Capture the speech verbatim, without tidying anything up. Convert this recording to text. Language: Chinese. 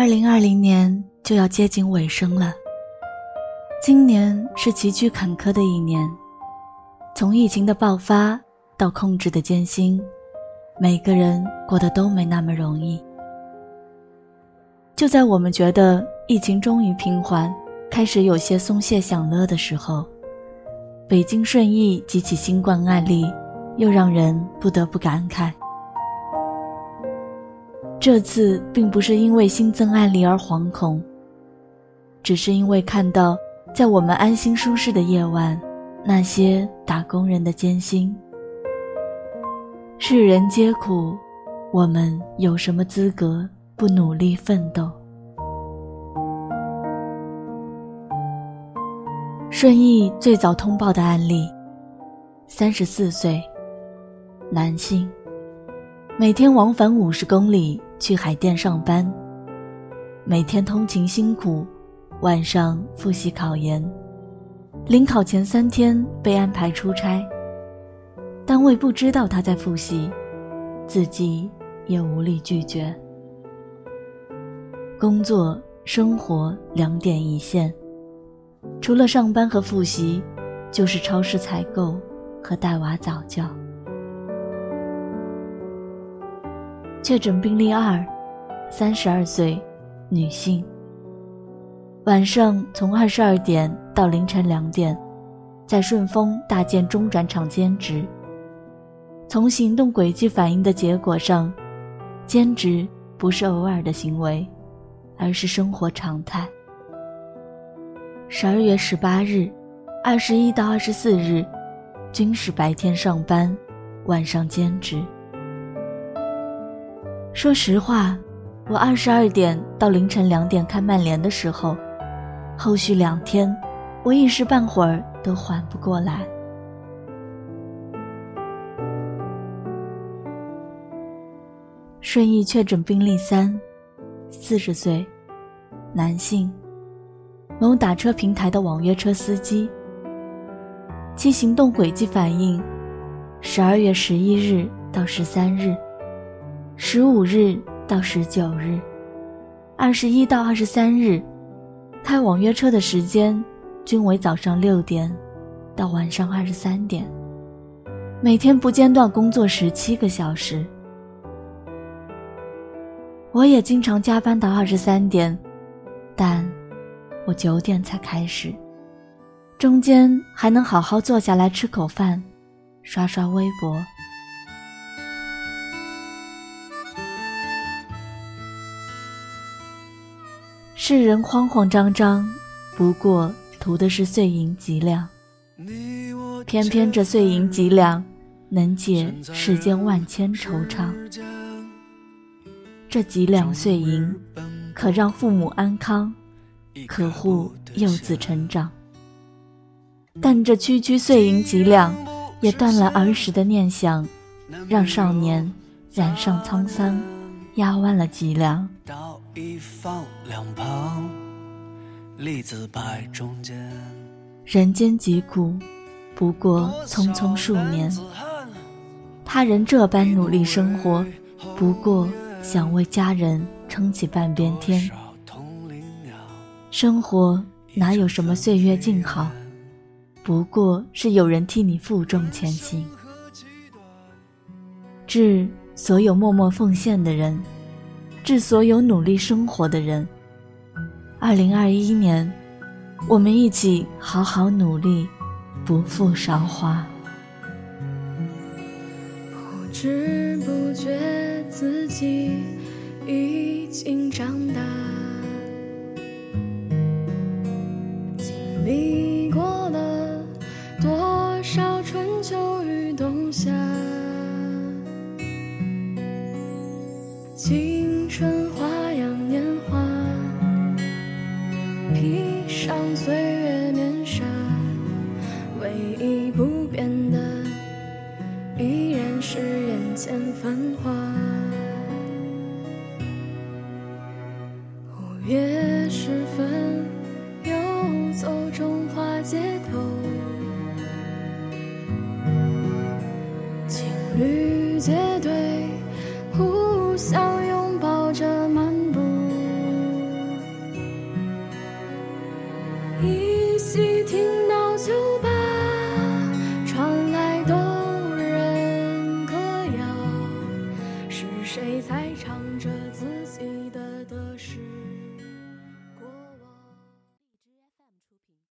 二零二零年就要接近尾声了，今年是崎岖坎坷的一年，从疫情的爆发到控制的艰辛，每个人过得都没那么容易。就在我们觉得疫情终于平缓，开始有些松懈享乐的时候，北京顺义几起新冠案例又让人不得不感慨。这次并不是因为新增案例而惶恐，只是因为看到在我们安心舒适的夜晚，那些打工人的艰辛。世人皆苦，我们有什么资格不努力奋斗？顺义最早通报的案例，三十四岁，男性，每天往返五十公里去海淀上班，每天通勤辛苦，晚上复习考研，临考前三天被安排出差，单位不知道他在复习，自己也无力拒绝。工作生活两点一线，除了上班和复习，就是超市采购和带娃早教。确诊病例二，三十二岁，女性，晚上从二十二点到凌晨两点，在顺丰大件中转场兼职。从行动轨迹反映的结果上，兼职不是偶尔的行为，而是生活常态。十二月十八日，二十一到二十四日，均是白天上班，晚上兼职。说实话，我二十二点到凌晨两点看曼联的时候，后续两天我一时半会儿都缓不过来。顺义确诊病例三，四十岁，男性，某打车平台的网约车司机。其行动轨迹反映，十二月十一日到十三日，十五日到十九日，二十一到二十三日，开网约车的时间均为早上六点到晚上二十三点，每天不间断工作十七个小时。我也经常加班到二十三点，但我九点才开始，中间还能好好坐下来吃口饭，刷刷微博。世人慌慌张张，不过图的是碎银几两，偏偏这碎银几两能解世间万千惆怅。这几两碎银可让父母安康，可护幼子成长，但这区区碎银几两也断了儿时的念想，让少年染上沧桑，压弯了脊梁。一放两旁，立字摆中间。人间疾苦，不过匆匆数年。他人这般努力生活，不过想为家人撑起半边天。生活哪有什么岁月静好，不过是有人替你负重前行。致所有默默奉献的人，致所有努力生活的人，二零二一年，我们一起好好努力，不负韶华。 不知不觉自己已经长大，经历过了多少春秋与冬夏，青春花样年华，披上岁月面纱，唯一不变的依然是眼前繁华。五月时分，游走中华街头，情侣结队，互相拥抱着漫步。 唱着自己的